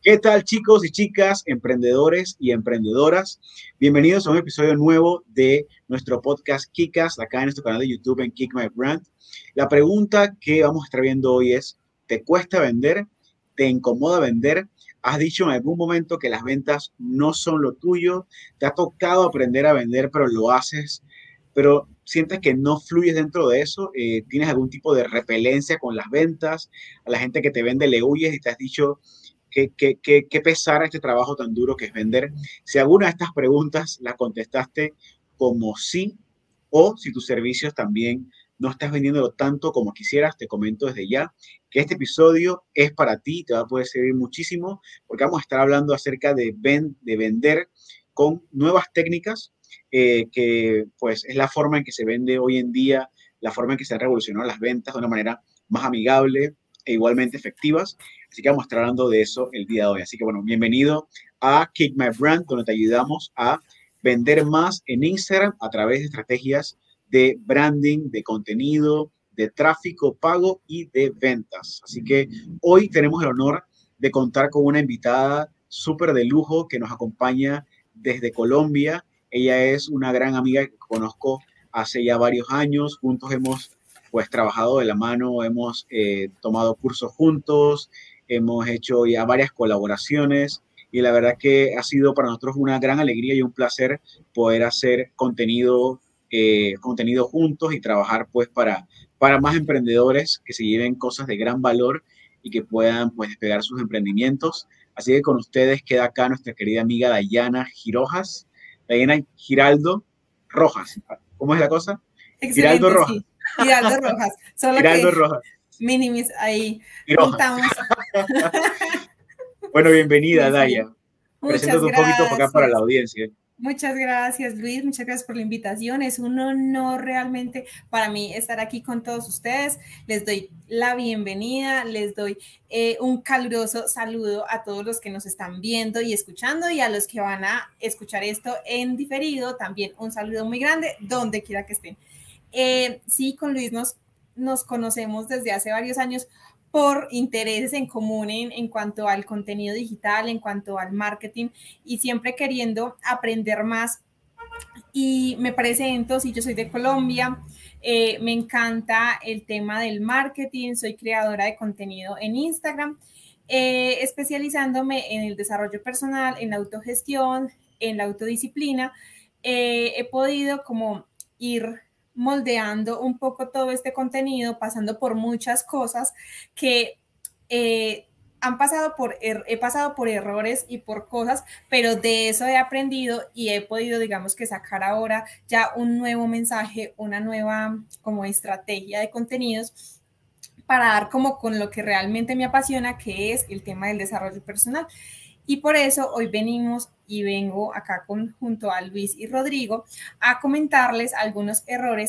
¿Qué tal, chicos y chicas, emprendedores y emprendedoras? Bienvenidos a un episodio nuevo de nuestro podcast Kikas, acá en nuestro canal de YouTube en Kick My Brand. La pregunta que vamos a estar viendo hoy es, ¿te cuesta vender? ¿Te incomoda vender? ¿Has dicho en algún momento que las ventas no son lo tuyo? ¿Te ha tocado aprender a vender, pero lo haces, pero sientes que no fluyes dentro de eso? ¿Tienes algún tipo de repelencia con las ventas? A la gente que te vende le huyes y te has dicho qué pesar este trabajo tan duro que es vender. Si alguna de estas preguntas las contestaste como sí, o si tus servicios también no estás vendiéndolo tanto como quisieras, te comento desde ya que este episodio es para ti, te va a poder servir muchísimo, porque vamos a estar hablando acerca de vender con nuevas técnicas, que pues es la forma en que se vende hoy en día, la forma en que se han revolucionado las ventas de una manera más amigable e igualmente efectivas. Así que vamos a estar hablando de eso el día de hoy. Así que bueno, bienvenido a Kick My Brand, donde te ayudamos a vender más en Instagram a través de estrategias de branding, de contenido, de tráfico pago y de ventas. Así que hoy tenemos el honor de contar con una invitada súper de lujo que nos acompaña desde Colombia. Ella es una gran amiga que conozco hace ya varios años. Juntos hemos pues trabajado de la mano, hemos tomado cursos juntos, hemos hecho ya varias colaboraciones y la verdad que ha sido para nosotros una gran alegría y un placer poder hacer contenido juntos y trabajar pues para más emprendedores que se lleven cosas de gran valor y que puedan pues despegar sus emprendimientos. Así que con ustedes queda acá nuestra querida amiga Dayana Girojas, Dayana Giraldo Rojas. ¿Cómo es la cosa? Giraldo Excelente, Rojas. sí. Giraldo Rojas, solo Giraldo que Rojas. minimis ahí Girojas. juntamos. Bueno, bienvenida, Sí, Daya. sí. Muchas Preséntate un poquito para acá para la gracias. audiencia. Muchas gracias, Luis. Muchas gracias por la invitación. Es un honor realmente para mí estar aquí con todos ustedes. Les doy la bienvenida, les doy un caluroso saludo a todos los que nos están viendo y escuchando y a los que van a escuchar esto en diferido. También un saludo muy grande, donde quiera que estén. Sí, con Luis nos conocemos desde hace varios años por intereses en común en cuanto al contenido digital, en cuanto al marketing y siempre queriendo aprender más. Y me presento, si yo soy de Colombia, me encanta el tema del marketing, soy creadora de contenido en Instagram, especializándome en el desarrollo personal, en la autogestión, en la autodisciplina. He podido como ir moldeando un poco todo este contenido, pasando por muchas cosas que han pasado he pasado por errores y por cosas, pero de eso he aprendido y he podido, digamos que sacar ahora ya un nuevo mensaje, una nueva como estrategia de contenidos para dar como con lo que realmente me apasiona, que es el tema del desarrollo personal. Y por eso hoy venimos y vengo acá junto a Luis y Rodrigo a comentarles algunos errores,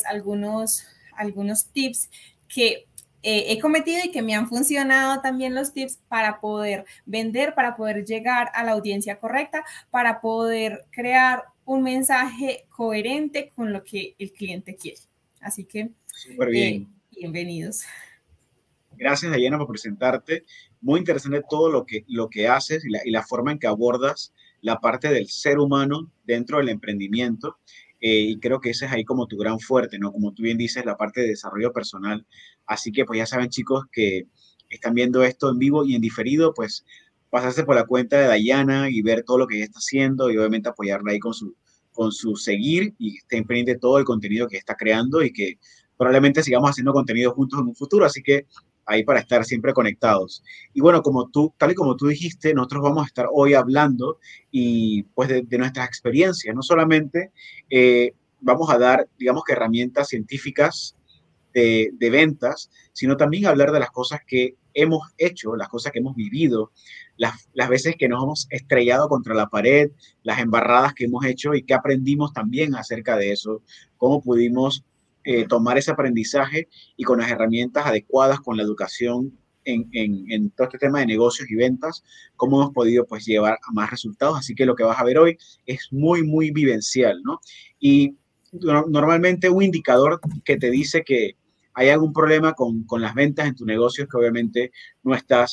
algunos tips que he cometido y que me han funcionado también los tips para poder vender, para poder llegar a la audiencia correcta, para poder crear un mensaje coherente con lo que el cliente quiere. Así que, Súper bien. bienvenidos. Gracias, Dayana, por presentarte. Muy interesante todo lo que haces y la forma en que abordas la parte del ser humano dentro del emprendimiento. Y creo que ese es ahí como tu gran fuerte, ¿no? Como tú bien dices, la parte de desarrollo personal. Así que pues ya saben, chicos, que están viendo esto en vivo y en diferido, pues pasarse por la cuenta de Dayana y ver todo lo que ella está haciendo y obviamente apoyarla ahí con su seguir y estén pendientes de todo el contenido que está creando y que probablemente sigamos haciendo contenido juntos en un futuro. Así que ahí para estar siempre conectados. Y bueno, tal y como tú dijiste, nosotros vamos a estar hoy hablando y pues de nuestras experiencias, no solamente vamos a dar, digamos que herramientas científicas de ventas, sino también hablar de las cosas que hemos hecho, las cosas que hemos vivido, las veces que nos hemos estrellado contra la pared, las embarradas que hemos hecho y que aprendimos también acerca de eso, cómo pudimos tomar ese aprendizaje y con las herramientas adecuadas, con la educación en todo este tema de negocios y ventas, cómo hemos podido pues llevar a más resultados. Así que lo que vas a ver hoy es muy, muy vivencial, ¿no? Y normalmente un indicador que te dice que hay algún problema con las ventas en tu negocio es que obviamente no estás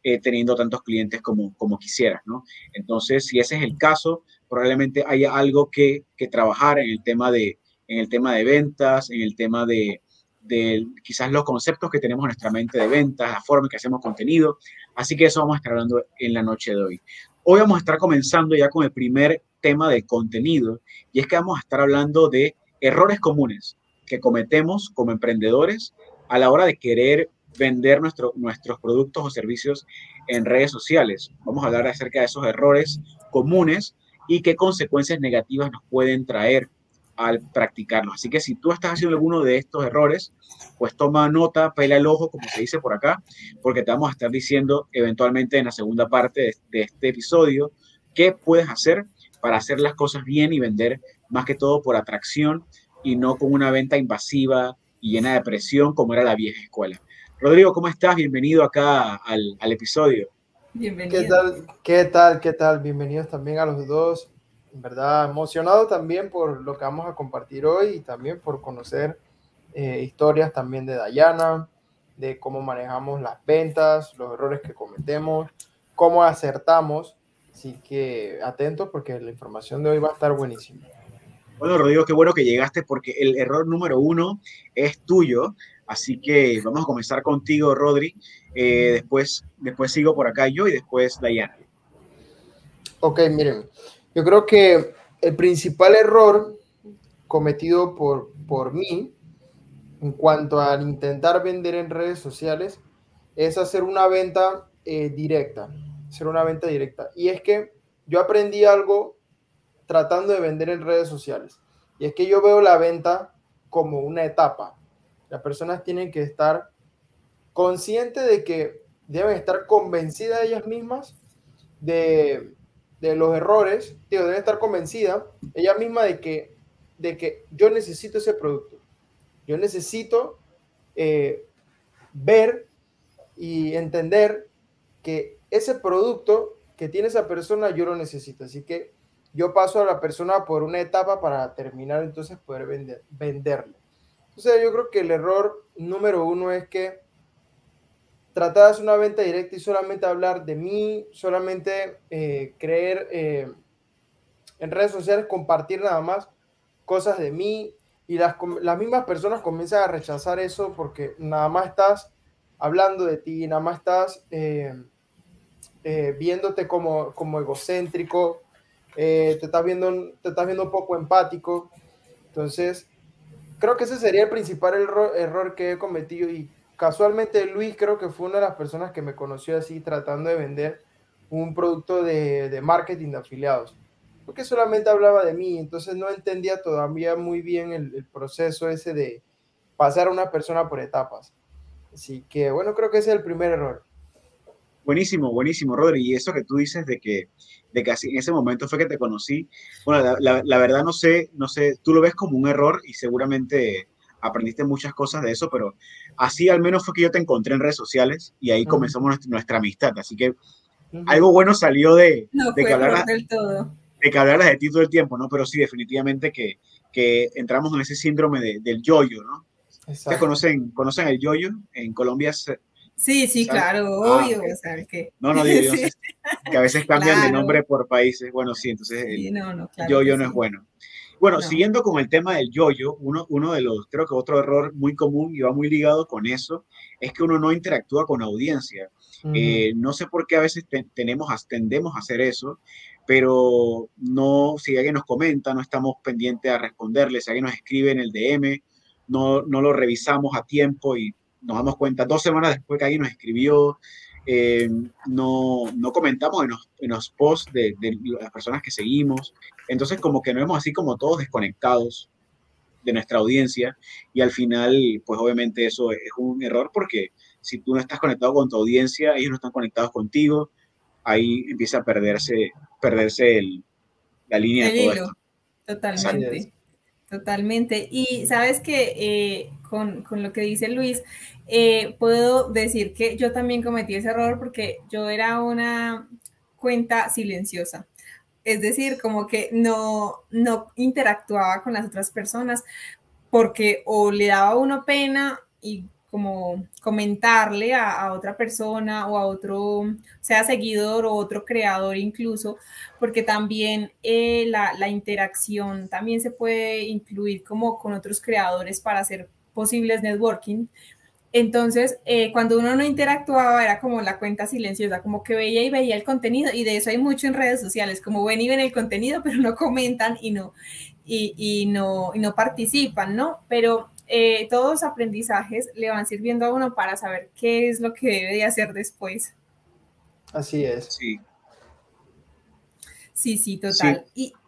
teniendo tantos clientes como quisieras, ¿no? Entonces, si ese es el caso, probablemente haya algo que trabajar en el tema de ventas, en el tema de quizás los conceptos que tenemos en nuestra mente de ventas, la forma en que hacemos contenido. Así que eso vamos a estar hablando en la noche de hoy. Hoy vamos a estar comenzando ya con el primer tema del contenido, y es que vamos a estar hablando de errores comunes que cometemos como emprendedores a la hora de querer vender nuestros productos o servicios en redes sociales. Vamos a hablar acerca de esos errores comunes y qué consecuencias negativas nos pueden traer al practicarlos. Así que si tú estás haciendo alguno de estos errores, pues toma nota, pela el ojo, como se dice por acá, porque te vamos a estar diciendo eventualmente en la segunda parte de este episodio qué puedes hacer para hacer las cosas bien y vender más que todo por atracción y no con una venta invasiva y llena de presión como era la vieja escuela. Rodrigo, ¿cómo estás? Bienvenido acá al episodio. ¿Qué Bienvenido. tal? ¿Qué tal? ¿Qué tal? Bienvenidos también a los dos. En verdad, emocionado también por lo que vamos a compartir hoy y también por conocer historias también de Dayana, de cómo manejamos las ventas, los errores que cometemos, cómo acertamos. Así que atentos porque la información de hoy va a estar buenísima. Bueno, Rodrigo, qué bueno que llegaste porque el error número uno es tuyo. Así que vamos a comenzar contigo, Rodri. Después sigo por acá yo y después Dayana. Ok, miren, yo creo que el principal error cometido por mí en cuanto al intentar vender en redes sociales es hacer una venta directa, hacer una venta directa. Y es que yo aprendí algo tratando de vender en redes sociales. Y es que yo veo la venta como una etapa. Las personas tienen que estar conscientes de que deben estar convencidas de ellas mismas de, de los errores, deben estar convencidas ellas mismas de que yo necesito ese producto. Yo necesito ver y entender que ese producto que tiene esa persona yo lo necesito. Así que yo paso a la persona por una etapa para terminar entonces poder venderle. Entonces yo creo que el error número uno es que tratar de hacer una venta directa y solamente hablar de mí, solamente creer en redes sociales, compartir nada más cosas de mí, y las mismas personas comienzan a rechazar eso porque nada más estás hablando de ti, nada más estás viéndote como egocéntrico, te estás viendo poco empático. Entonces, creo que ese sería el principal error que he cometido, y casualmente Luis creo que fue una de las personas que me conoció así tratando de vender un producto de marketing de afiliados, porque solamente hablaba de mí, entonces no entendía todavía muy bien el proceso ese de pasar a una persona por etapas. Así que bueno, creo que ese es el primer error. Buenísimo, buenísimo, Rodri. Y eso que tú dices de que así en ese momento fue que te conocí, bueno, la verdad no sé, tú lo ves como un error y seguramente aprendiste muchas cosas de eso, pero así al menos fue que yo te encontré en redes sociales y ahí Uh comenzamos nuestra amistad. Así que -huh. algo bueno salió No de que fue error hablaras, del todo. de que hablaras de ti todo el tiempo, ¿no? Pero sí, definitivamente que entramos en ese síndrome del yoyo, ¿no? ¿Ustedes Exacto. conocen el yoyo? En Colombia, Sí, sí, ¿saben? claro, Ah, obvio, ok. o sea, que No, no, digo, yo no sé sí, que a veces cambian de nombre claro, por países. Bueno, sí, entonces sí, el no, no, claro que yo-yo no es sí, bueno. Bueno, no. siguiendo con el tema del yo-yo, uno de los, creo que otro error muy común y va muy ligado con eso, es que uno no interactúa con audiencia. Uh -huh. No sé por qué a veces tendemos a hacer eso, pero no, si alguien nos comenta, no estamos pendientes a responderle, si alguien nos escribe en el DM, no lo revisamos a tiempo y nos damos cuenta 2 semanas después que alguien nos escribió, no comentamos en los posts de las personas que seguimos. Entonces, como que nos vemos así como todos desconectados de nuestra audiencia y al final, pues obviamente eso es un error porque si tú no estás conectado con tu audiencia, ellos no están conectados contigo, ahí empieza a perderse la línea de El todo esto. hilo, Así Exacto. es. totalmente, totalmente. Y sabes que con lo que dice Luis, puedo decir que yo también cometí ese error porque yo era una cuenta silenciosa. Es decir, como que no interactuaba con las otras personas porque o le daba a uno pena y como comentarle a otra persona o a otro, sea seguidor o otro creador incluso, porque también la interacción también se puede incluir como con otros creadores para hacer posibles networking. Entonces, cuando uno no interactuaba, era como la cuenta silenciosa, como que veía y veía el contenido, y de eso hay mucho en redes sociales, como ven y ven el contenido, pero no comentan y no participan, ¿no? Pero todos los aprendizajes le van sirviendo a uno para saber qué es lo que debe de hacer después. Así es. Sí. Sí, Sí. total. Y,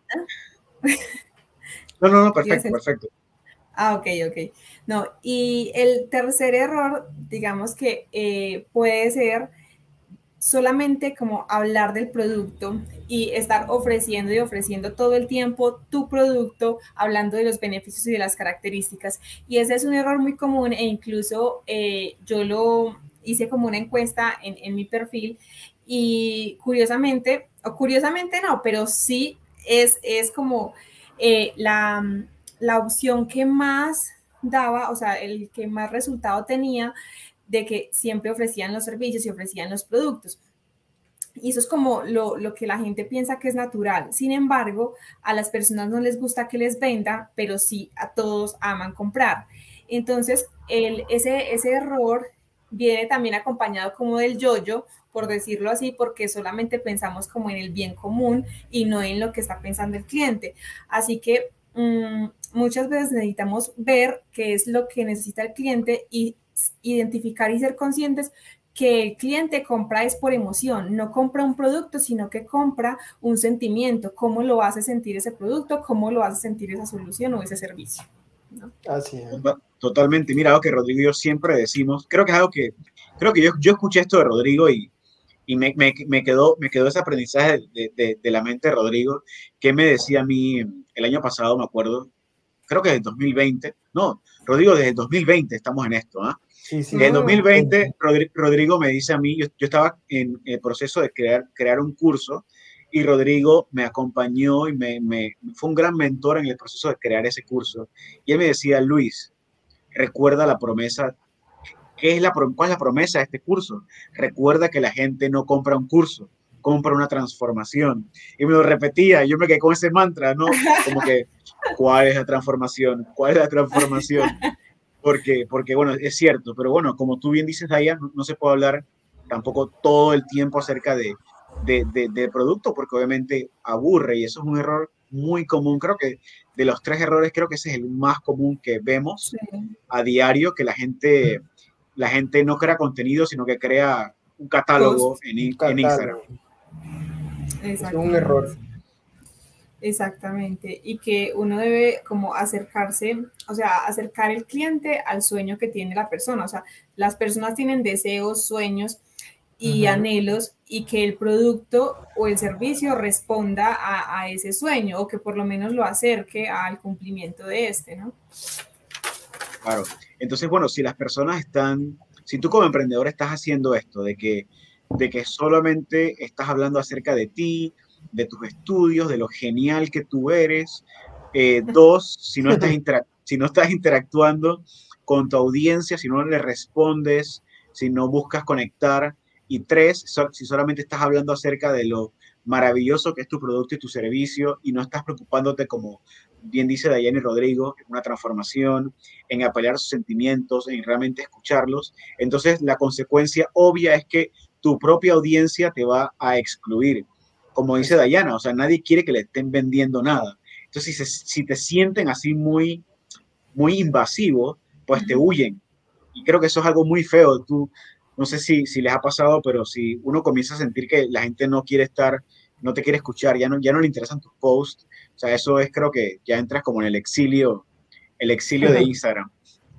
No, perfecto, perfecto. Ok. No, y el tercer error, digamos que puede ser solamente como hablar del producto y estar ofreciendo y ofreciendo todo el tiempo tu producto, hablando de los beneficios y de las características. Y ese es un error muy común e incluso yo lo hice como una encuesta en mi perfil y curiosamente, o curiosamente no, pero sí es como la opción que más daba, o sea, el que más resultado tenía de que siempre ofrecían los servicios y ofrecían los productos. Y eso es como lo que la gente piensa que es natural. Sin embargo, a las personas no les gusta que les venda, pero sí a todos aman comprar. Entonces, ese error viene también acompañado como del yo-yo, por decirlo así, porque solamente pensamos como en el bien común y no en lo que está pensando el cliente. Así que muchas veces necesitamos ver qué es lo que necesita el cliente y identificar y ser conscientes que el cliente compra es por emoción, no compra un producto, sino que compra un sentimiento, cómo lo hace sentir ese producto, cómo lo hace sentir esa solución o ese servicio, ¿no? Así es. Totalmente. Mira, algo que Rodrigo y yo siempre decimos, creo que es algo que, creo que yo escuché esto de Rodrigo y me quedó ese aprendizaje de la mente de Rodrigo, que me decía a mí el año pasado, me acuerdo, creo que desde el 2020, no, Rodrigo, desde el 2020 estamos en esto, ¿ah? Sí, sí. En el 2020, Rodrigo me dice a mí, yo estaba en el proceso de crear un curso y Rodrigo me acompañó y fue un gran mentor en el proceso de crear ese curso. Y él me decía, Luis, recuerda la promesa. ¿Cuál es la promesa de este curso? Recuerda que la gente no compra un curso, compra una transformación. Y me lo repetía, yo me quedé con ese mantra, ¿no? Como que, ¿cuál es la transformación? ¿Cuál es la transformación? Porque bueno, es cierto, pero bueno, como tú bien dices, Daya, no se puede hablar tampoco todo el tiempo acerca de producto, porque obviamente aburre y eso es un error muy común. Creo que de los tres errores, creo que ese es el más común que vemos Sí. a diario, que la gente no crea contenido, sino que crea un catálogo Post. en Instagram. Es un error. Exactamente, y que uno debe como acercarse, o sea, acercar el cliente al sueño que tiene la persona, o sea, las personas tienen deseos, sueños y anhelos y que el producto o el servicio responda a ese sueño o que por lo menos lo acerque al cumplimiento de este, ¿no? Claro. Entonces, bueno, si tú como emprendedor estás haciendo esto, de que solamente estás hablando acerca de ti, de tus estudios, de lo genial que tú eres, dos, si no estás interactuando con tu audiencia, si no le respondes, si no buscas conectar, y tres, si solamente estás hablando acerca de lo maravilloso que es tu producto y tu servicio y no estás preocupándote, como bien dice Dayani Rodrigo, en una transformación, en apoyar sus sentimientos, en realmente escucharlos. Entonces, la consecuencia obvia es que tu propia audiencia te va a excluir. Como dice Dayana, o sea, nadie quiere que le estén vendiendo nada. Entonces, si te sienten así muy invasivo, pues te huyen. Y creo que eso es algo muy feo. No sé si les ha pasado, pero si uno comienza a sentir que la gente no quiere estar, no te quiere escuchar, ya no le interesan tus posts, o sea, eso es, creo que ya entras como en el exilio de Instagram.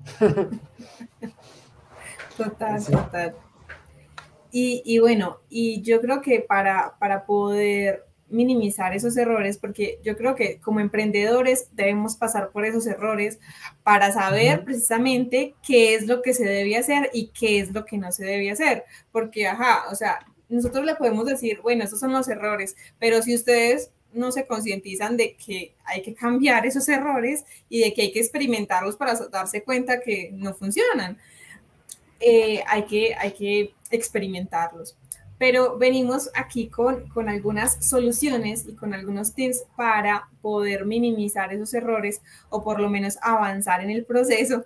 Total. Y bueno, y yo creo que para poder minimizar esos errores, porque yo creo que como emprendedores debemos pasar por esos errores para saber precisamente qué es lo que se debe hacer y qué es lo que no se debe hacer, porque, o sea, nosotros le podemos decir, bueno, esos son los errores, pero si ustedes no se concientizan de que hay que cambiar esos errores y de que hay que experimentarlos para darse cuenta que no funcionan. hay que experimentarlos. Pero venimos aquí con algunas soluciones y con algunos tips para poder minimizar esos errores o por lo menos avanzar en el proceso.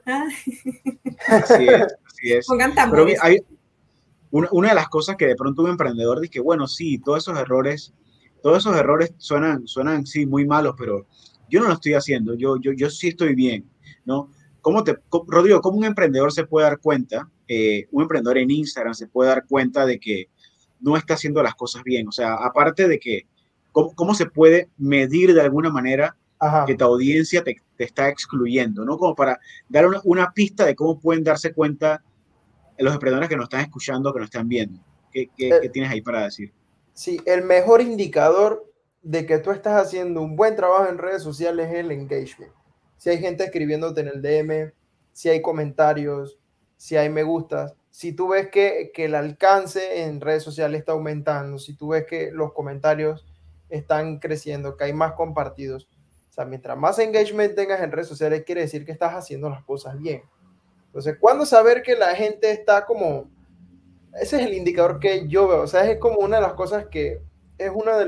Así es, así es. Pongan Pero tambores. hay una de las cosas que de pronto un emprendedor dice que, bueno, sí, todos esos errores suenan, sí, muy malos, pero yo no lo estoy haciendo, yo sí estoy bien, ¿no? Rodrigo, ¿cómo un emprendedor se puede dar cuenta, un emprendedor en Instagram se puede dar cuenta de que no está haciendo las cosas bien? O sea, aparte de que, ¿cómo se puede medir de alguna manera que Ajá. tu audiencia te está excluyendo, ¿no? Como para dar una pista de cómo pueden darse cuenta los emprendedores que nos están escuchando, que nos están viendo. ¿Qué Eh, tienes ahí para decir? sí, el mejor indicador de que tú estás haciendo un buen trabajo en redes sociales es el engagement. Si hay gente escribiéndote en el DM, si hay comentarios, si hay me gustas, si tú ves que el alcance en redes sociales está aumentando, si tú ves que los comentarios están creciendo, que hay más compartidos. O sea, mientras más engagement tengas en redes sociales, quiere decir que estás haciendo las cosas bien. Entonces, ¿cuándo saber que la gente está como... Ese es el indicador que yo veo, o sea, es como una de las cosas que es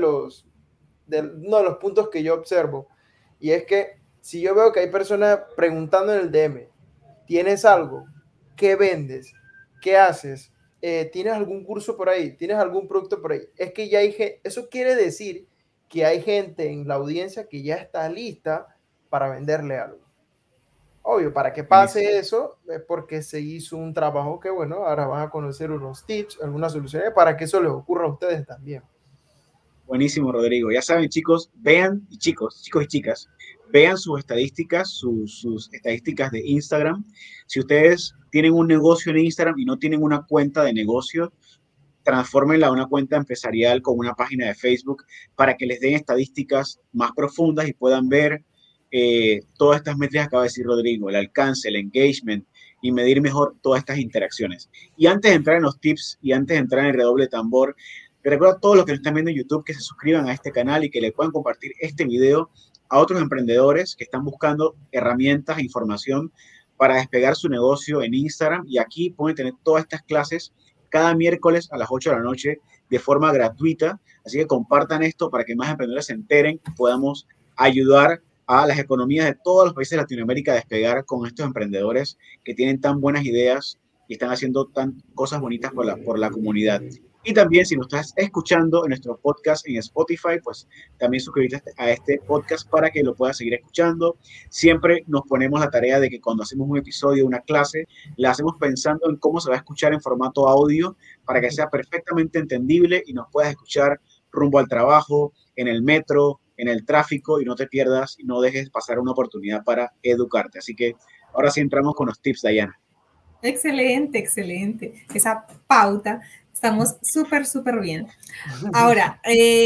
uno de los puntos que yo observo, y es que si yo veo que hay personas preguntando en el DM, ¿tienes algo? ¿Qué vendes? ¿Qué haces? ¿Tienes algún curso por ahí? ¿Tienes algún producto por ahí? Es que ya hay gente, eso quiere decir que hay gente en la audiencia que ya está lista para venderle algo. Obvio, para que Buenísimo, pase eso es porque se hizo un trabajo que, bueno, ahora van a conocer unos tips, algunas soluciones para que eso les ocurra a ustedes también. buenísimo, Rodrigo. Ya saben, chicos, vean, y chicos y chicas, vean sus estadísticas, sus estadísticas de Instagram. Si ustedes tienen un negocio en Instagram y no tienen una cuenta de negocio, transfórmenla a una cuenta empresarial con una página de Facebook para que les den estadísticas más profundas y puedan ver todas estas métricas que acaba de decir Rodrigo, el alcance, el engagement y medir mejor todas estas interacciones. Y antes de entrar en los tips y antes de entrar en el redoble de tambor, les recuerdo a todos los que nos están viendo en YouTube que se suscriban a este canal y que le puedan compartir este video a otros emprendedores que están buscando herramientas e información para despegar su negocio en Instagram. Y aquí pueden tener todas estas clases cada miércoles a las 8 de la noche de forma gratuita. Así que compartan esto para que más emprendedores se enteren y podamos ayudar a las economías de todos los países de Latinoamérica a despegar con estos emprendedores que tienen tan buenas ideas y están haciendo tan cosas bonitas por la comunidad. Y también si nos estás escuchando en nuestro podcast en Spotify, pues también suscríbete a este podcast para que lo puedas seguir escuchando. Siempre nos ponemos la tarea de que cuando hacemos un episodio, una clase, la hacemos pensando en cómo se va a escuchar en formato audio para que sea perfectamente entendible y nos puedas escuchar rumbo al trabajo, en el metro, en el tráfico y no te pierdas y no dejes pasar una oportunidad para educarte. Así que ahora sí entramos con los tips, Dayana. Excelente, excelente. Esa pauta, estamos súper, súper bien. Ahora,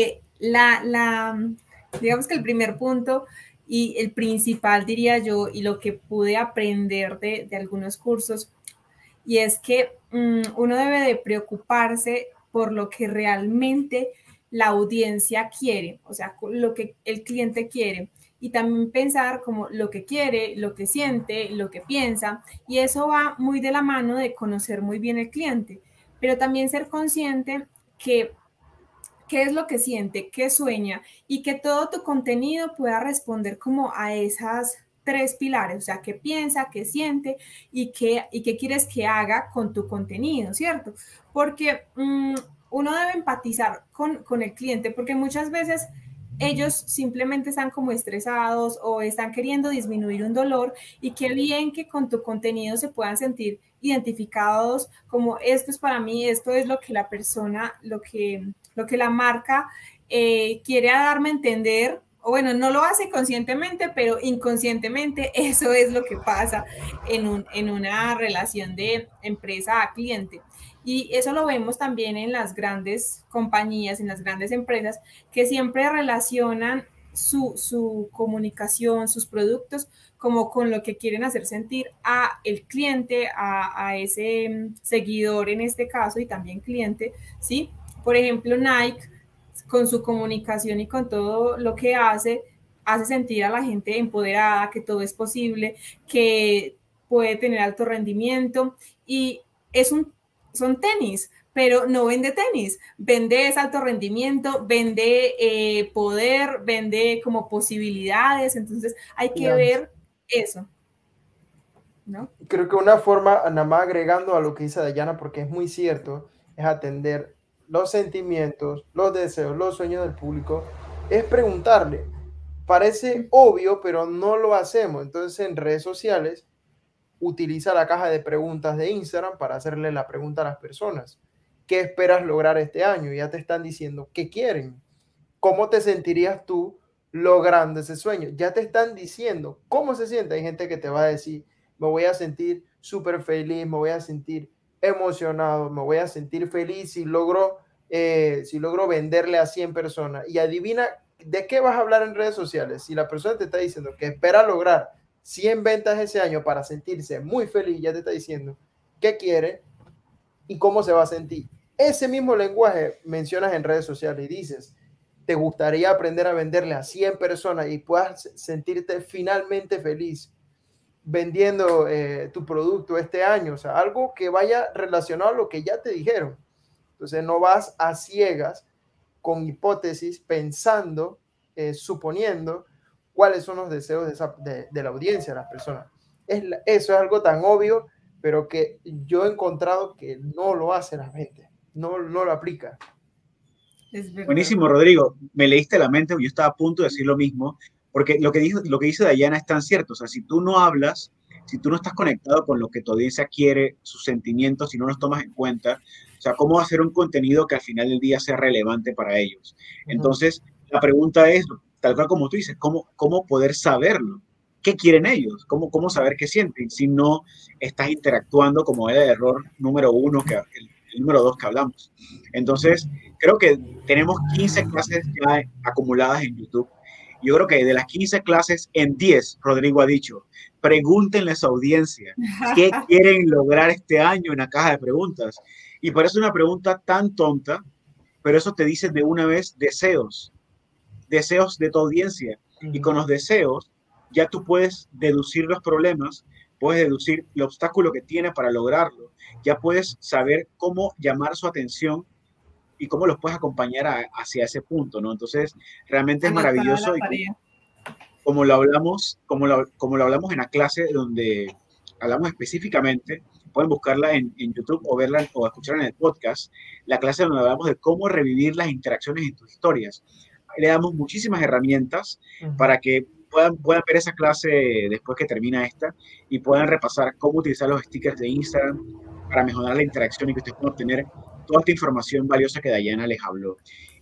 digamos que el primer punto y el principal, diría yo, y lo que pude aprender de algunos cursos, y es que uno debe de preocuparse por lo que realmente la audiencia quiere, o sea, lo que el cliente quiere, y también pensar como lo que quiere, lo que siente, lo que piensa, y eso va muy de la mano de conocer muy bien el cliente, pero también ser consciente que qué es lo que siente, qué sueña y que todo tu contenido pueda responder como a esas tres pilares, o sea, qué piensa, qué siente y qué quieres que haga con tu contenido, ¿cierto? Porque uno debe empatizar con el cliente porque muchas veces ellos simplemente están como estresados o están queriendo disminuir un dolor y qué bien que con tu contenido se puedan sentir identificados como esto es para mí, esto es lo que la persona, lo que la marca quiere darme a entender, o bueno, no lo hace conscientemente, pero inconscientemente eso es lo que pasa en una relación de empresa a cliente. Y eso lo vemos también en las grandes compañías, en las grandes empresas, que siempre relacionan su comunicación, sus productos, como con lo que quieren hacer sentir a el cliente, a ese seguidor en este caso y también cliente, ¿sí? Por ejemplo, Nike, con su comunicación y con todo lo que hace sentir a la gente empoderada, que todo es posible, que puede tener alto rendimiento y son tenis, pero no vende tenis, vende es alto rendimiento, vende poder, vende como posibilidades, entonces hay que ver eso, ¿no? Creo que una forma, nada más agregando a lo que dice Dayana, porque es muy cierto, es atender los sentimientos, los deseos, los sueños del público, es preguntarle. Parece obvio, pero no lo hacemos. Entonces, en redes sociales, utiliza la caja de preguntas de Instagram para hacerle la pregunta a las personas. ¿Qué esperas lograr este año? Ya te están diciendo qué quieren. ¿Cómo te sentirías tú logrando ese sueño? Ya te están diciendo cómo se siente. Hay gente que te va a decir, me voy a sentir súper feliz, me voy a sentir emocionado, me voy a sentir feliz si logro venderle a 100 personas. Y adivina de qué vas a hablar en redes sociales. Si la persona te está diciendo que espera lograr 100 ventas ese año para sentirse muy feliz, ya te está diciendo qué quiere y cómo se va a sentir. Ese mismo lenguaje mencionas en redes sociales y dices, te gustaría aprender a venderle a 100 personas y puedas sentirte finalmente feliz vendiendo tu producto este año, o sea, algo que vaya relacionado a lo que ya te dijeron. Entonces no vas a ciegas con hipótesis, pensando, suponiendo cuáles son los deseos de la audiencia, de las personas. Eso es algo tan obvio, pero que yo he encontrado que no lo hace la gente, no lo aplica. Es verdad. Buenísimo, Rodrigo. Me leíste la mente, yo estaba a punto de decir lo mismo, porque lo que dice Dayana es tan cierto. O sea, si tú no hablas, si tú no estás conectado con lo que tu audiencia quiere, sus sentimientos, si no los tomas en cuenta, o sea, ¿cómo hacer un contenido que al final del día sea relevante para ellos? Entonces, la pregunta es, tal cual como tú dices, ¿cómo poder saberlo? ¿Qué quieren ellos? ¿Cómo saber qué sienten si no estás interactuando como era el error número uno, el número dos que hablamos? Entonces, creo que tenemos 15 clases ya acumuladas en YouTube. Yo creo que de las 15 clases, en 10, Rodrigo ha dicho, pregúntenle a su audiencia qué quieren lograr este año en la caja de preguntas. Y parece una pregunta tan tonta, pero eso te dice de una vez deseos de tu audiencia. Y con los deseos ya tú puedes deducir los problemas, puedes deducir el obstáculo que tiene para lograrlo, ya puedes saber cómo llamar su atención y cómo los puedes acompañar hacia ese punto, ¿no? Entonces, realmente es maravilloso y como lo hablamos, como lo hablamos en la clase donde hablamos específicamente, pueden buscarla en YouTube o verla o escucharla en el podcast, la clase donde hablamos de cómo revivir las interacciones en tus historias. Le damos muchísimas herramientas para que puedan ver esa clase después que termina esta y puedan repasar cómo utilizar los stickers de Instagram para mejorar la interacción y que ustedes puedan obtener toda esta información valiosa que Dayana les habló.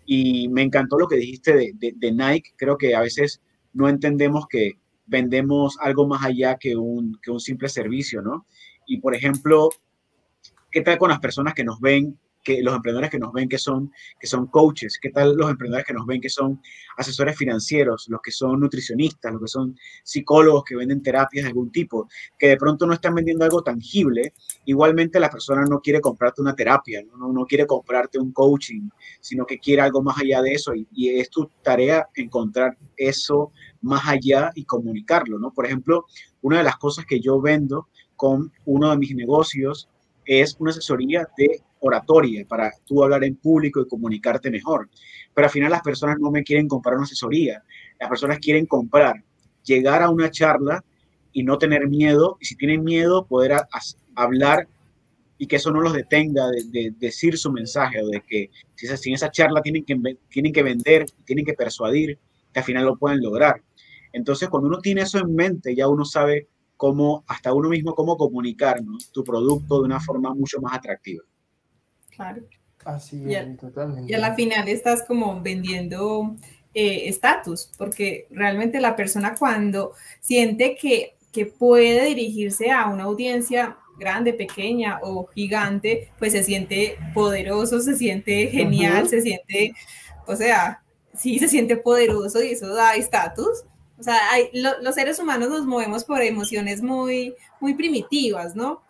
Y me encantó lo que dijiste de Nike. Creo que a veces no entendemos que vendemos algo más allá que un simple servicio, ¿no? Y, por ejemplo, ¿qué tal con las personas que nos ven, que los emprendedores que nos ven que son coaches? ¿Qué tal los emprendedores que nos ven que son asesores financieros, los que son nutricionistas, los que son psicólogos que venden terapias de algún tipo, que de pronto no están vendiendo algo tangible? Igualmente la persona no quiere comprarte una terapia, no quiere comprarte un coaching, sino que quiere algo más allá de eso y es tu tarea encontrar eso más allá y comunicarlo, ¿no? Por ejemplo, una de las cosas que yo vendo con uno de mis negocios es una asesoría de oratoria para tú hablar en público y comunicarte mejor. Pero al final las personas no me quieren comprar una asesoría. Las personas quieren comprar, llegar a una charla y no tener miedo. Y si tienen miedo, poder hablar y que eso no los detenga de decir su mensaje o de que si en esa charla tienen que vender, tienen que persuadir, que al final lo pueden lograr. Entonces, cuando uno tiene eso en mente, ya uno sabe cómo, hasta uno mismo, cómo comunicar, ¿no?, tu producto de una forma mucho más atractiva. Claro. Así es, totalmente. Y a la final estás como vendiendo estatus, porque realmente la persona cuando siente que puede dirigirse a una audiencia grande, pequeña o gigante, pues se siente poderoso, se siente genial, se siente, o sea, sí, se siente poderoso y eso da estatus. O sea, los seres humanos nos movemos por emociones muy, muy primitivas, ¿no?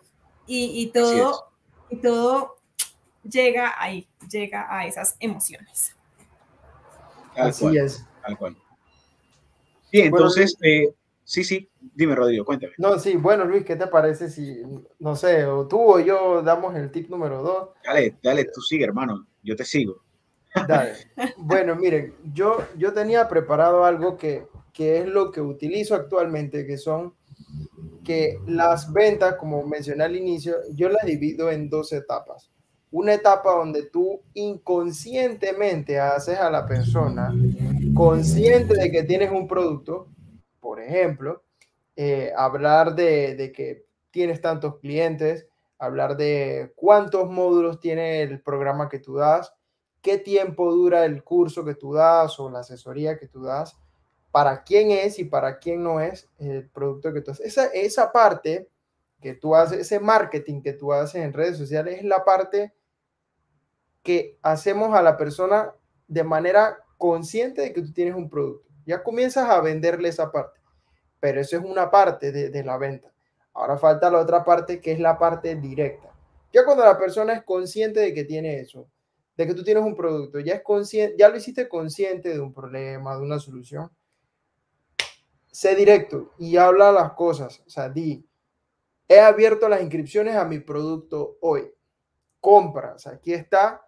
Y todo llega ahí, llega a esas emociones. Así es. Tal cual. Sí, entonces, Sí, sí, dime, Rodrigo, cuéntame. No, sí, bueno, Luis, ¿qué te parece si, no sé, o tú o yo damos el tip número 2? Dale, tú sigue, hermano, yo te sigo. Dale. Bueno, miren, yo tenía preparado algo que es lo que utilizo actualmente, que son que las ventas, como mencioné al inicio, yo las divido en dos etapas. Una etapa donde tú inconscientemente haces a la persona consciente de que tienes un producto, por ejemplo, hablar de que tienes tantos clientes, hablar de cuántos módulos tiene el programa que tú das, qué tiempo dura el curso que tú das o la asesoría que tú das, para quién es y para quién no es el producto que tú haces. Esa parte que tú haces, ese marketing que tú haces en redes sociales es la parte que hacemos a la persona de manera consciente de que tú tienes un producto. Ya comienzas a venderle esa parte, pero eso es una parte de la venta. Ahora falta la otra parte que es la parte directa. Ya cuando la persona es consciente de que tiene eso, de que tú tienes un producto, ya es consciente, ya lo hiciste consciente de un problema, de una solución, sé directo y habla las cosas. O sea, di, he abierto las inscripciones a mi producto hoy. Compra. O sea, aquí está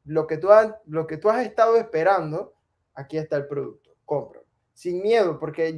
lo que tú has estado esperando. Aquí está el producto. Compra. Sin miedo, porque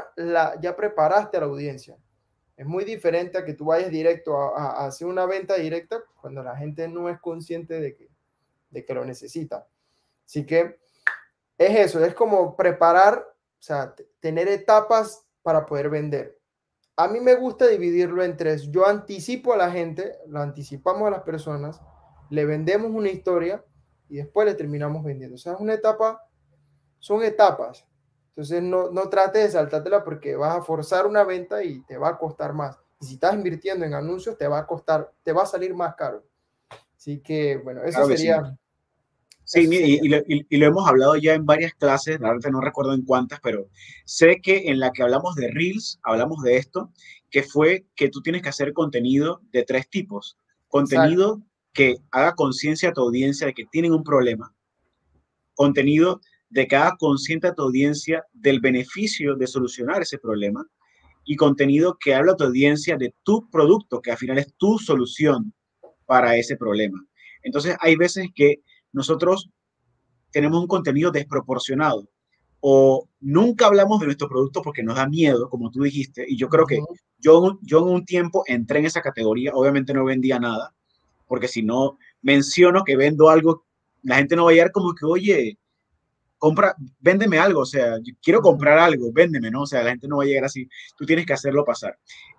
ya preparaste a la audiencia. Es muy diferente a que tú vayas directo a hacer una venta directa cuando la gente no es consciente de que lo necesita. Así que es eso, es como preparar, o sea, tener etapas para poder vender. A mí me gusta dividirlo en tres. Yo anticipo a la gente, lo anticipamos a las personas, le vendemos una historia y después le terminamos vendiendo. O sea, es una etapa, son etapas. Entonces no trates de saltártela porque vas a forzar una venta y te va a costar más. Y si estás invirtiendo en anuncios, te va a costar, te va a salir más caro. Así que, bueno, Claro que sí. Sí, eso mire, sería. y lo hemos hablado ya en varias clases, la verdad no recuerdo en cuántas, pero sé que en la que hablamos de Reels, hablamos de esto, que fue que tú tienes que hacer contenido de tres tipos. Exacto. Contenido que haga conciencia a tu audiencia de que tienen un problema, contenido de que haga consciente a tu audiencia del beneficio de solucionar ese problema y contenido que habla a tu audiencia de tu producto, que al final es tu solución para ese problema. Entonces, hay veces que nosotros tenemos un contenido desproporcionado o nunca hablamos de nuestro producto porque nos da miedo, como tú dijiste, y yo creo que Uh-huh. yo en un tiempo entré en esa categoría, obviamente no vendía nada, porque si no menciono que vendo algo, la gente no va a llegar como que, oye, compra, véndeme algo, o sea, yo quiero Uh-huh. comprar algo, véndeme, ¿no? O sea, la gente no va a llegar así, tú tienes que hacerlo pasar.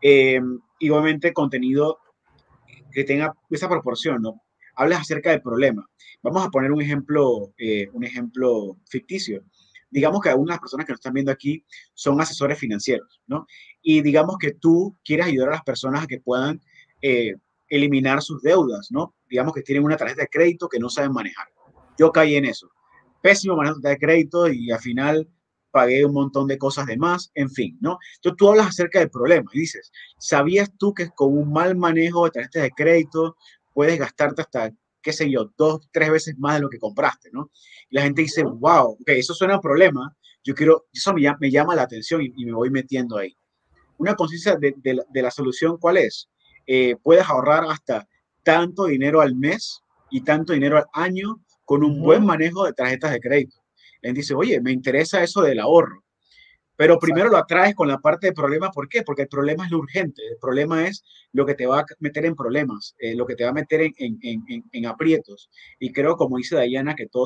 Y obviamente contenido que tenga esa proporción, ¿no? Hablas acerca del problema. Vamos a poner un ejemplo ficticio. Digamos que algunas personas que nos están viendo aquí son asesores financieros, ¿no? Y digamos que tú quieres ayudar a las personas a que puedan eh, eliminar sus deudas, ¿no? Digamos que tienen una tarjeta de crédito que no saben manejar. Yo caí en eso. Pésimo manejo de crédito y al final pagué un montón de cosas de más, en fin, ¿no? Entonces tú hablas acerca del problema y dices, ¿sabías tú que con un mal manejo de tarjetas de crédito puedes gastarte hasta, qué sé yo, 2, 3 veces más de lo que compraste, ¿no? Y la gente dice, Uh-huh. wow, ok, eso suena a un problema, yo quiero, eso me llama la atención y me voy metiendo ahí. Una conciencia de la solución, ¿cuál es? Puedes ahorrar hasta tanto dinero al mes y tanto dinero al año con un buen Uh-huh. manejo de tarjetas de crédito. La gente dice, oye, me interesa eso del ahorro. Pero primero lo Exacto. atraes con la parte de problema. ¿Por qué? Porque el problema es lo urgente. El problema es lo que te va a meter en problemas, lo que te va a meter en aprietos. Y creo, como dice Dayana, que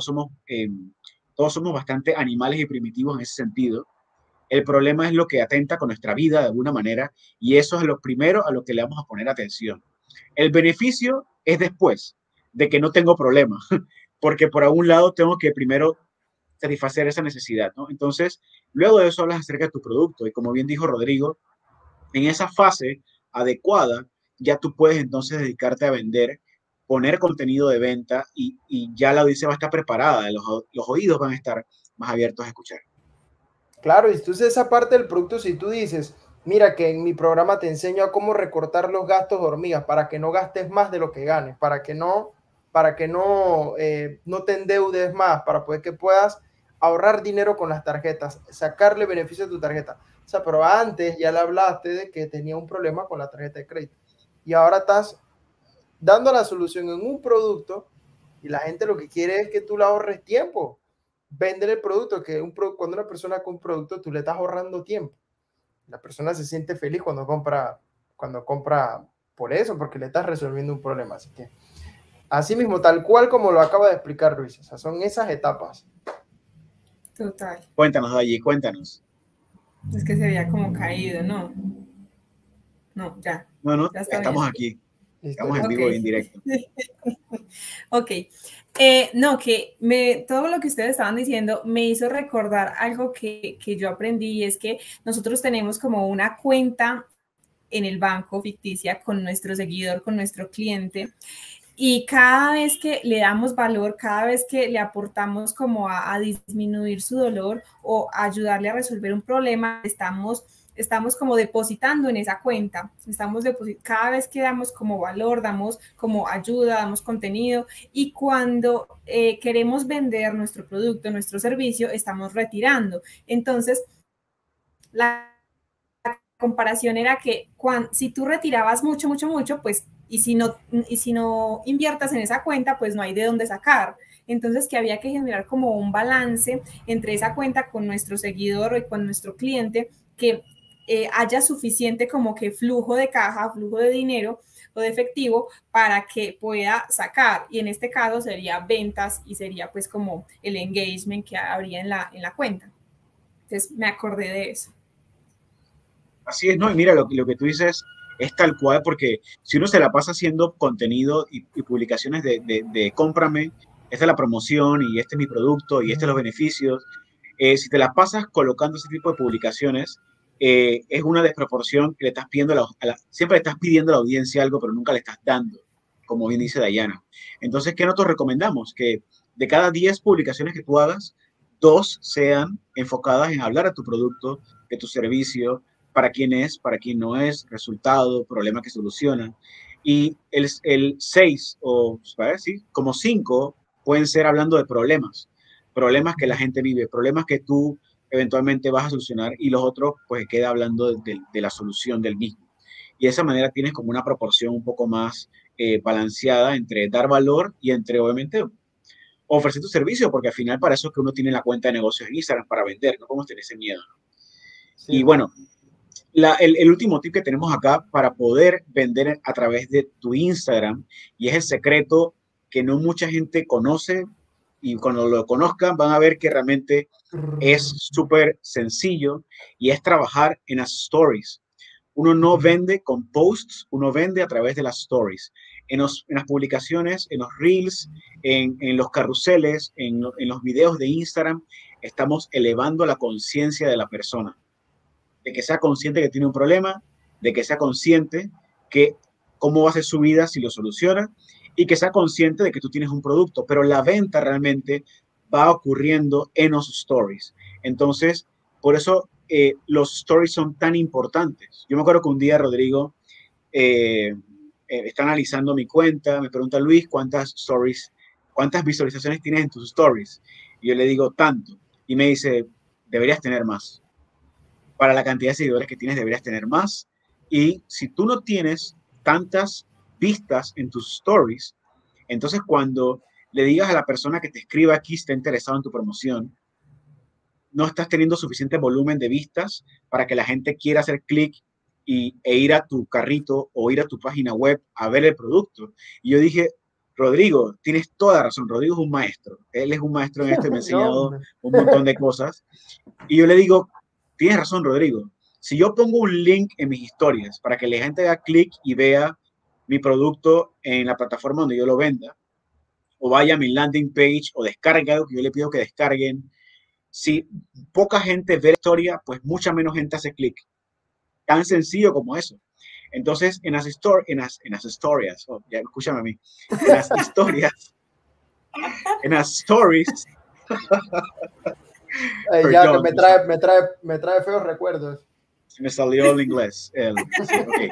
todos somos bastante animales y primitivos en ese sentido. El problema es lo que atenta con nuestra vida de alguna manera y eso es lo primero a lo que le vamos a poner atención. El beneficio es después de que no tengo problema, porque por algún lado tengo que primero satisfacer esa necesidad, ¿no? Entonces, luego de eso hablas acerca de tu producto y como bien dijo Rodrigo, en esa fase adecuada ya tú puedes entonces dedicarte a vender, poner contenido de venta y ya la audiencia va a estar preparada, los oídos van a estar más abiertos a escuchar. Claro, y entonces esa parte del producto, si tú dices, mira que en mi programa te enseño a cómo recortar los gastos de hormigas para que no gastes más de lo que ganes, para que no te endeudes más, para poder que puedas ahorrar dinero con las tarjetas, sacarle beneficio a tu tarjeta. O sea, pero antes ya le hablaste de que tenía un problema con la tarjeta de crédito. Y ahora estás dando la solución en un producto y la gente lo que quiere es que tú le ahorres tiempo. Vender el producto, cuando una persona compra un producto, tú le estás ahorrando tiempo. La persona se siente feliz cuando compra por eso, porque le estás resolviendo un problema. Así que, así mismo, tal cual como lo acaba de explicar Luis, o sea, son esas etapas. Total. Cuéntanos, allí, cuéntanos. Es que se había como caído, ¿no? No, ya. Bueno, Ya está estamos bien. aquí. Listo, Estamos en listo. vivo y en directo. Ok. No, todo lo que ustedes estaban diciendo me hizo recordar algo que yo aprendí y es que nosotros tenemos como una cuenta en el banco ficticia con nuestro seguidor, con nuestro cliente. Y cada vez que le damos valor, cada vez que le aportamos como a disminuir su dolor o a ayudarle a resolver un problema, estamos como depositando en esa cuenta. Cada vez que damos como valor, damos como ayuda, damos contenido y cuando queremos vender nuestro producto, nuestro servicio, estamos retirando. Entonces, la comparación era que si tú retirabas mucho, pues, y si no inviertas en esa cuenta, pues no hay de dónde sacar. Entonces, que había que generar como un balance entre esa cuenta con nuestro seguidor y con nuestro cliente, que haya suficiente como que flujo de caja, flujo de dinero o de efectivo para que pueda sacar. Y en este caso sería ventas y sería pues como el engagement que habría en la cuenta. Entonces, me acordé de eso. Así es, ¿no? Y mira, lo que tú dices es tal cual, porque si uno se la pasa haciendo contenido y publicaciones de cómprame, esta es la promoción y este es mi producto y este es los beneficios, si te la pasas colocando ese tipo de publicaciones, es una desproporción que le estás pidiendo siempre le estás pidiendo a la audiencia algo, pero nunca le estás dando, como bien dice Dayana. Entonces, ¿qué nosotros recomendamos? Que de cada 10 publicaciones que tú hagas, 2 sean enfocadas en hablar a tu producto, de tu servicio, para quién es, para quién no es, resultado, problema que soluciona. Y el 6 o, ¿sí? Como 5 pueden ser hablando de problemas que la gente vive, problemas que tú eventualmente vas a solucionar y los otros pues queda hablando de la solución del mismo. Y de esa manera tienes como una proporción un poco más balanceada entre dar valor y entre obviamente ofrecer tu servicio, porque al final para eso es que uno tiene la cuenta de negocios en Instagram, para vender, no podemos tener ese miedo. Sí, Y bueno, el último tip que tenemos acá para poder vender a través de tu Instagram, y es el secreto que no mucha gente conoce, y cuando lo conozcan van a ver que realmente es súper sencillo, y es trabajar en las stories. Uno no vende con posts, uno vende a través de las stories. En las publicaciones, en los reels, en los carruseles, en los videos de Instagram, estamos elevando la conciencia de la persona, de que sea consciente que tiene un problema, de que sea consciente que cómo va a ser su vida si lo soluciona y que sea consciente de que tú tienes un producto, pero la venta realmente va ocurriendo en los stories. Entonces, por eso los stories son tan importantes. Yo me acuerdo que un día Rodrigo está analizando mi cuenta, me pregunta Luis, ¿cuántas stories, cuántas visualizaciones tienes en tus stories? Y yo le digo, tanto. Y me dice, deberías tener más. Para la cantidad de seguidores que tienes deberías tener más. Y si tú no tienes tantas vistas en tus stories, entonces cuando le digas a la persona que te escriba aquí está interesado en tu promoción, no estás teniendo suficiente volumen de vistas para que la gente quiera hacer clic e ir a tu carrito o ir a tu página web a ver el producto. Y yo dije, Rodrigo, tienes toda razón, Rodrigo es un maestro, él es un maestro en esto y me ha enseñado un montón de cosas. Y yo le digo, tienes razón, Rodrigo. Si yo pongo un link en mis historias para que la gente haga clic y vea mi producto en la plataforma donde yo lo venda, o vaya a mi landing page o descargue algo que yo le pido que descarguen, si poca gente ve la historia, pues mucha menos gente hace clic. Tan sencillo como eso. Entonces, en las historias, oh, ya escúchame a mí, en las historias, en las stories, ya que me trae feos recuerdos. Me salió el inglés. Sí, okay.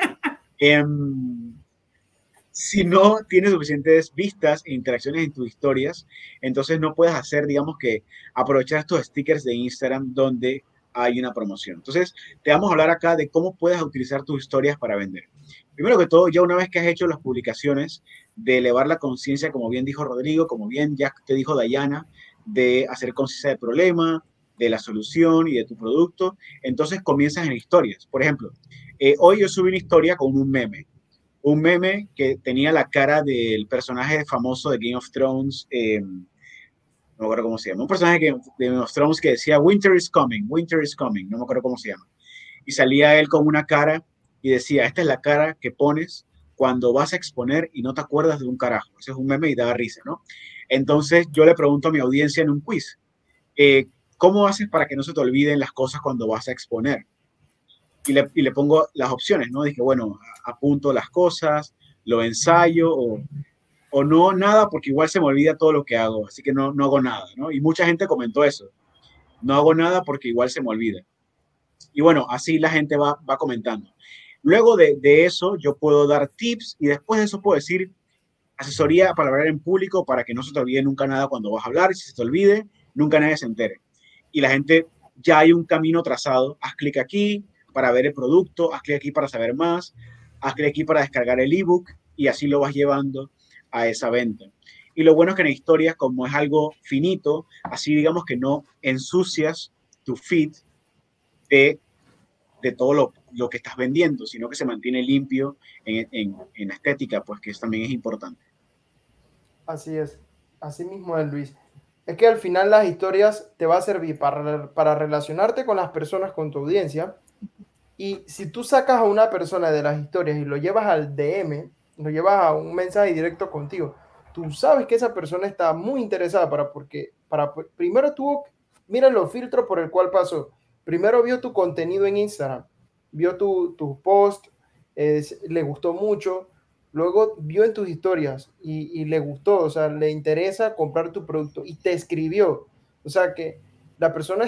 Si no tienes suficientes vistas e interacciones en tus historias, entonces no puedes hacer, digamos que, aprovechar estos stickers de Instagram donde hay una promoción. Entonces, te vamos a hablar acá de cómo puedes utilizar tus historias para vender. Primero que todo, ya una vez que has hecho las publicaciones, de elevar la conciencia, como bien dijo Rodrigo, como bien ya te dijo Dayana, de hacer conciencia del problema, de la solución y de tu producto, entonces comienzas en historias. Por ejemplo, hoy yo subí una historia con un meme que tenía la cara del personaje famoso de Game of Thrones, no me acuerdo cómo se llama, un personaje de Game of Thrones que decía Winter is coming, no me acuerdo cómo se llama. Y salía él con una cara y decía, esta es la cara que pones cuando vas a exponer y no te acuerdas de un carajo. Ese es un meme y daba risa, ¿no? Entonces yo le pregunto a mi audiencia en un quiz, ¿cómo haces para que no se te olviden las cosas cuando vas a exponer? Y le pongo las opciones, ¿no? Dije, bueno, apunto las cosas, lo ensayo o no, nada, porque igual se me olvida todo lo que hago, así que no hago nada, ¿no? Y mucha gente comentó eso, no hago nada porque igual se me olvida. Y bueno, así la gente va comentando. Luego de eso, yo puedo dar tips y después de eso puedo decir asesoría para hablar en público para que no se te olvide nunca nada cuando vas a hablar. Y si se te olvide, nunca nadie se entere. Y la gente, ya hay un camino trazado. Haz clic aquí para ver el producto, haz clic aquí para saber más, haz clic aquí para descargar el ebook y así lo vas llevando a esa venta. Y lo bueno es que en historias, como es algo finito, así digamos que no ensucias tu feed de todo lo que estás vendiendo, sino que se mantiene limpio en estética, pues que también es importante. Así es, así mismo es, Luis. Es que al final las historias te va a servir para relacionarte con las personas, con tu audiencia. Y si tú sacas a una persona de las historias y lo llevas al DM, lo llevas a un mensaje directo contigo, tú sabes que esa persona está muy interesada primero mira los filtros por el cual pasó. Primero vio tu contenido en Instagram, vio tu post, le gustó mucho, luego vio en tus historias y le gustó, o sea, le interesa comprar tu producto y te escribió. O sea que la persona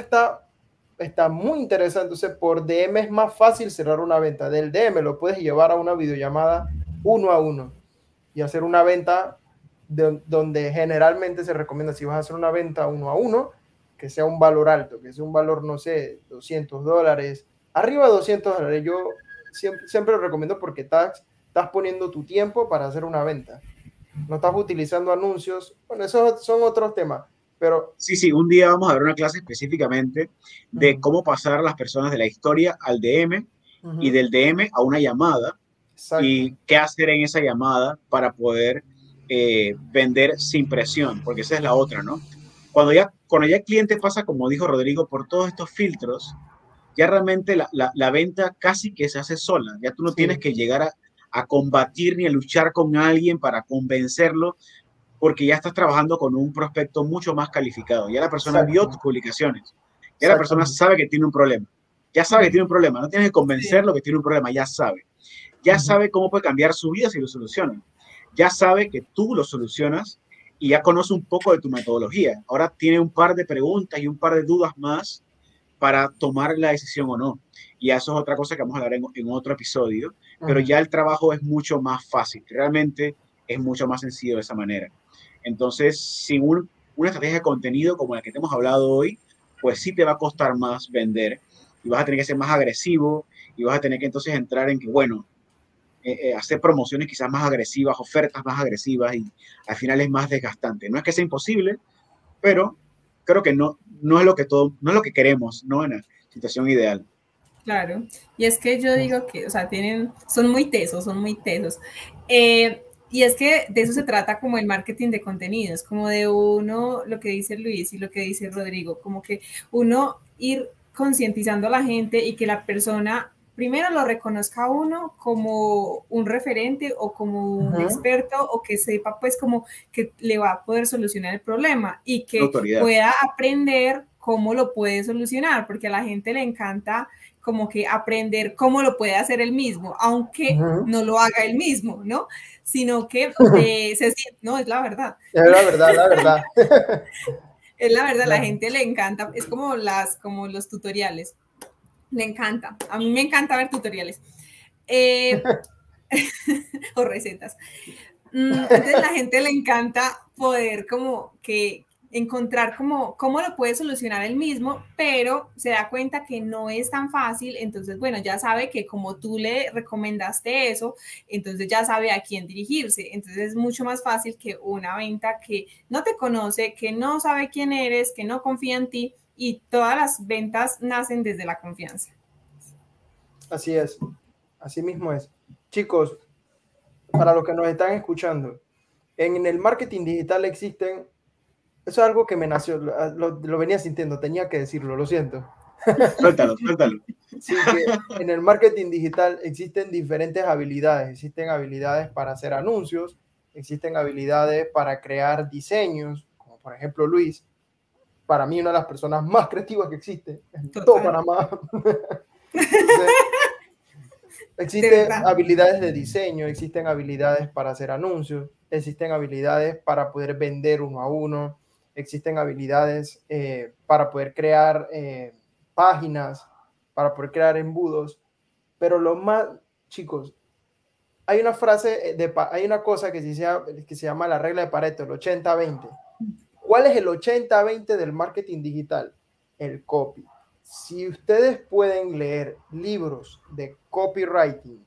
está muy interesante. Entonces, por DM es más fácil cerrar una venta. Del DM lo puedes llevar a una videollamada 1 a 1 y hacer una venta donde generalmente se recomienda, si vas a hacer una venta 1 a 1, que sea un valor alto, que sea un valor, no sé, $200, arriba de $200. Yo siempre lo recomiendo porque estás poniendo tu tiempo para hacer una venta. No estás utilizando anuncios. Bueno, esos son otros temas. Pero sí, un día vamos a ver una clase específicamente de cómo pasar a las personas de la historia al DM y del DM a una llamada. Exacto. Y qué hacer en esa llamada para poder vender sin presión, porque esa es la otra, ¿no? Cuando ya el cliente pasa, como dijo Rodrigo, por todos estos filtros, ya realmente la venta casi que se hace sola. Ya tú no tienes que llegar a combatir ni a luchar con alguien para convencerlo, porque ya estás trabajando con un prospecto mucho más calificado. Ya la persona vio tus publicaciones. Ya la persona sabe que tiene un problema. Ya sabe que tiene un problema. No tienes que convencerlo que tiene un problema. Ya sabe. Ya sabe cómo puede cambiar su vida si lo soluciona. Ya sabe que tú lo solucionas y ya conoce un poco de tu metodología. Ahora tiene un par de preguntas y un par de dudas más para tomar la decisión o no. Y eso es otra cosa que vamos a hablar en otro episodio. Pero ya el trabajo es mucho más fácil. Realmente es mucho más sencillo de esa manera. Entonces, sin una estrategia de contenido como la que te hemos hablado hoy, pues sí te va a costar más vender y vas a tener que ser más agresivo y vas a tener que entonces entrar en que, bueno, hacer promociones quizás más agresivas, ofertas más agresivas y al final es más desgastante. No es que sea imposible, pero creo que no es lo que no es lo que queremos, ¿no? En la situación ideal. Claro, y es que yo digo que, o sea, son muy tesos. Y es que de eso se trata como el marketing de contenidos, como de uno, lo que dice Luis y lo que dice Rodrigo, como que uno ir concientizando a la gente y que la persona primero lo reconozca a uno como un referente o como un experto o que sepa pues como que le va a poder solucionar el problema y que pueda aprender cómo lo puede solucionar, porque a la gente le encanta como que aprender cómo lo puede hacer él mismo, aunque no lo haga él mismo, ¿no? Sino que no, es la verdad. Es la verdad. Es la verdad, la gente le encanta, es como los tutoriales, le encanta, a mí me encanta ver tutoriales o recetas. Entonces la gente le encanta poder como que encontrar cómo lo puede solucionar él mismo, pero se da cuenta que no es tan fácil, entonces, bueno, ya sabe que como tú le recomendaste eso, entonces ya sabe a quién dirigirse, entonces es mucho más fácil que una venta que no te conoce, que no sabe quién eres, que no confía en ti, y todas las ventas nacen desde la confianza. Así es, así mismo es. Chicos, para los que nos están escuchando, en el marketing digital existen, eso es algo que me nació, lo venía sintiendo, tenía que decirlo, lo siento. Suéltalo, suéltalo. Sí, que en el marketing digital existen diferentes habilidades. Existen habilidades para hacer anuncios, existen habilidades para crear diseños, como por ejemplo Luis, para mí una de las personas más creativas que existe en todo Panamá. Entonces, existen habilidades de diseño, existen habilidades para hacer anuncios, existen habilidades para poder vender uno a uno, existen habilidades para poder crear páginas, para poder crear embudos, pero lo más, chicos, hay una frase, hay una cosa que se llama la regla de Pareto, el 80-20. ¿Cuál es el 80-20 del marketing digital? El copy. Si ustedes pueden leer libros de copywriting,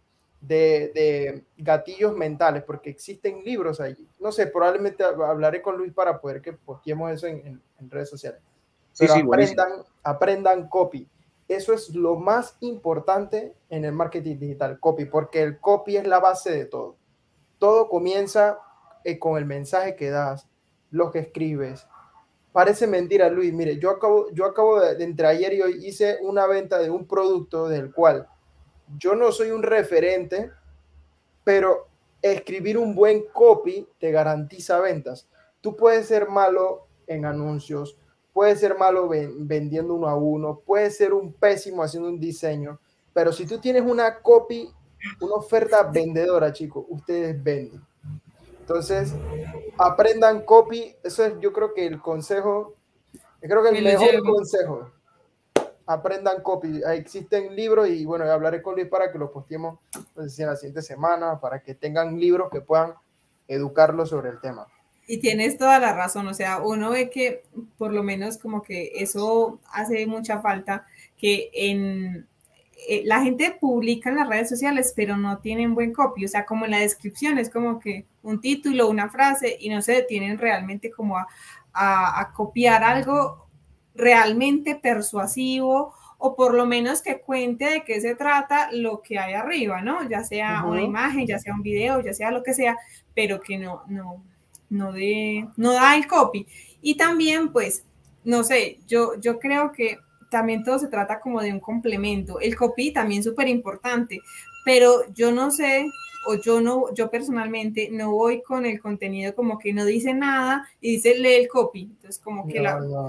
de gatillos mentales, porque existen libros allí, no sé, probablemente hablaré con Luis para poder que posteemos eso en redes sociales, pero Sí, aprendan copy. Eso es lo más importante en el marketing digital, copy, porque el copy es la base de todo. Todo comienza con el mensaje que das, lo que escribes. Parece mentira, Luis. Mire, yo acabo de entre ayer y hoy hice una venta de un producto del cual yo no soy un referente, pero escribir un buen copy te garantiza ventas. Tú puedes ser malo en anuncios, puedes ser malo vendiendo uno a uno, puedes ser un pésimo haciendo un diseño, pero si tú tienes una copy, una oferta vendedora, chicos, ustedes venden. Entonces, aprendan copy. Eso es, yo creo que el consejo, yo creo que el mejor consejo. Aprendan copy. Existen libros y bueno, hablaré con Luis para que lo posteemos, no sé si en la siguiente semana, para que tengan libros que puedan educarlos sobre el tema. Y tienes toda la razón, o sea, uno ve que por lo menos como que eso hace mucha falta, que la gente publica en las redes sociales, pero no tienen buen copy, o sea, como en la descripción, es como que un título, una frase, y no se detienen realmente como a copiar algo realmente persuasivo, o por lo menos que cuente de qué se trata lo que hay arriba, ¿no? Ya sea una imagen, ya sea un video, ya sea lo que sea, pero que no da el copy. Y también, pues, no sé, yo creo que también todo se trata como de un complemento. El copy también súper importante, pero yo no sé, o yo personalmente no voy con el contenido como que no dice nada y dice lee el copy. Entonces, como que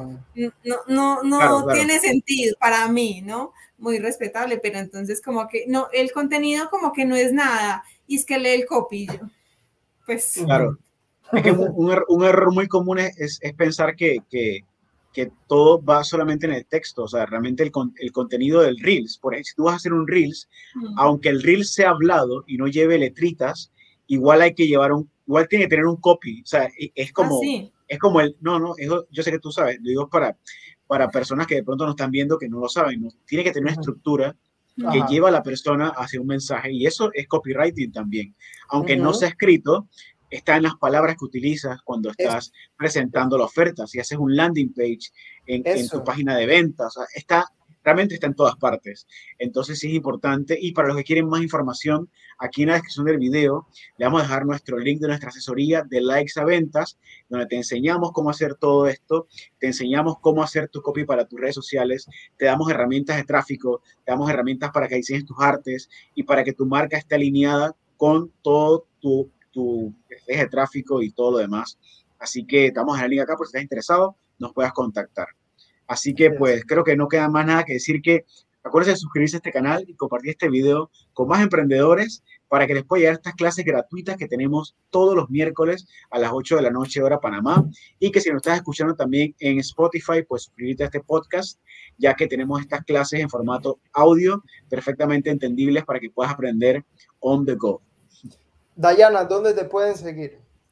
no tiene sentido para mí, ¿no? Muy respetable, pero entonces como que no, el contenido como que no es nada y es que lee el copy. Pues. Claro. Es que un error muy común es pensar que todo va solamente en el texto, o sea, realmente el contenido del Reels. Por ejemplo, si tú vas a hacer un Reels, aunque el Reels sea hablado y no lleve letritas, igual hay que igual tiene que tener un copy, o sea, es como, yo sé que tú sabes, lo digo para personas que de pronto no están viendo, que no lo saben, ¿no? Tiene que tener una estructura que lleva a la persona hacia un mensaje, y eso es copywriting también, aunque no sea escrito, está en las palabras que utilizas cuando estás presentando la oferta. Si haces un landing page en tu página de ventas, o sea, realmente está en todas partes. Entonces sí es importante. Y para los que quieren más información, aquí en la descripción del video le vamos a dejar nuestro link de nuestra asesoría de Likes a Ventas, donde te enseñamos cómo hacer todo esto, te enseñamos cómo hacer tu copy para tus redes sociales, te damos herramientas de tráfico, te damos herramientas para que diseñes tus artes y para que tu marca esté alineada con todo tu eje de tráfico y todo lo demás. Así que estamos en el link acá por si estás interesado, nos puedas contactar. Así que pues creo que no queda más nada que decir que acuérdense de suscribirse a este canal y compartir este video con más emprendedores para que les pueda llegar estas clases gratuitas que tenemos todos los miércoles a las 8 de la noche hora Panamá, y que si nos estás escuchando también en Spotify, pues suscríbete a este podcast, ya que tenemos estas clases en formato audio perfectamente entendibles para que puedas aprender on the go. Dayana, ¿dónde te pueden seguir?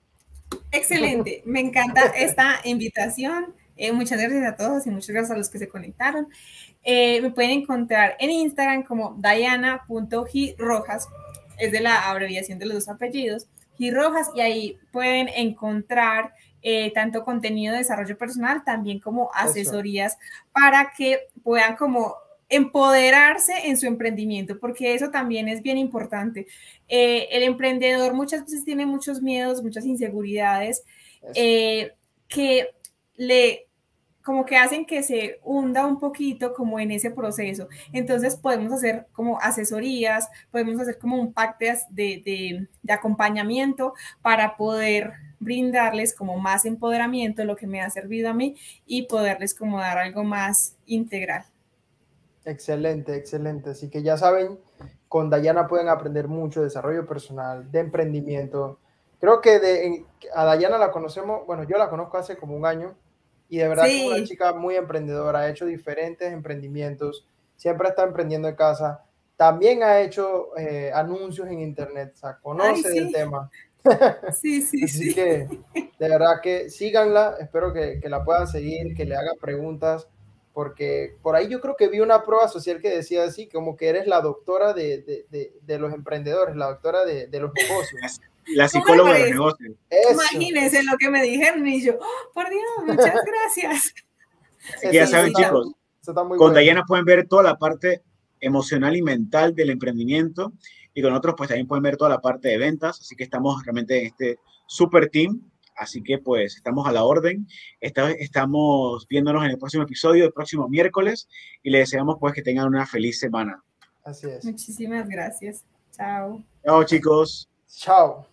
Excelente, me encanta esta invitación. Muchas gracias a todos y muchas gracias a los que se conectaron. Me pueden encontrar en Instagram como diana.girojas, es de la abreviación de los dos apellidos, Girojas, y ahí pueden encontrar tanto contenido de desarrollo personal, también como asesorías para que puedan como empoderarse en su emprendimiento, porque eso también es bien importante. El emprendedor muchas veces tiene muchos miedos, muchas inseguridades que le como que hacen que se hunda un poquito como en ese proceso. Entonces podemos hacer como asesorías, podemos hacer como un pack de acompañamiento para poder brindarles como más empoderamiento, lo que me ha servido a mí, y poderles como dar algo más integral. Excelente, excelente. Así que ya saben, con Dayana pueden aprender mucho de desarrollo personal, de emprendimiento. Creo que a Dayana la conocemos, bueno, yo la conozco hace como un año y de verdad que es una chica muy emprendedora, ha hecho diferentes emprendimientos, siempre está emprendiendo en casa, también ha hecho anuncios en internet, o sea, conoce del tema. Sí. Así que de verdad que síganla, espero que la puedan seguir, que le hagan preguntas, porque por ahí yo creo que vi una prueba social que decía así, como que eres la doctora de los emprendedores, la doctora de los negocios. La psicóloga de los negocios. Imagínense lo que me dijeron y yo, oh, por Dios, muchas gracias. Así que ya saben, chicos, con Dayana pueden ver toda la parte emocional y mental del emprendimiento, y con otros pues también pueden ver toda la parte de ventas, así que estamos realmente en este super team, así que pues estamos a la orden. Estamos viéndonos en el próximo episodio, el próximo miércoles, y les deseamos pues que tengan una feliz semana. Así es. Muchísimas gracias. Chao. Chao, chicos. Chao.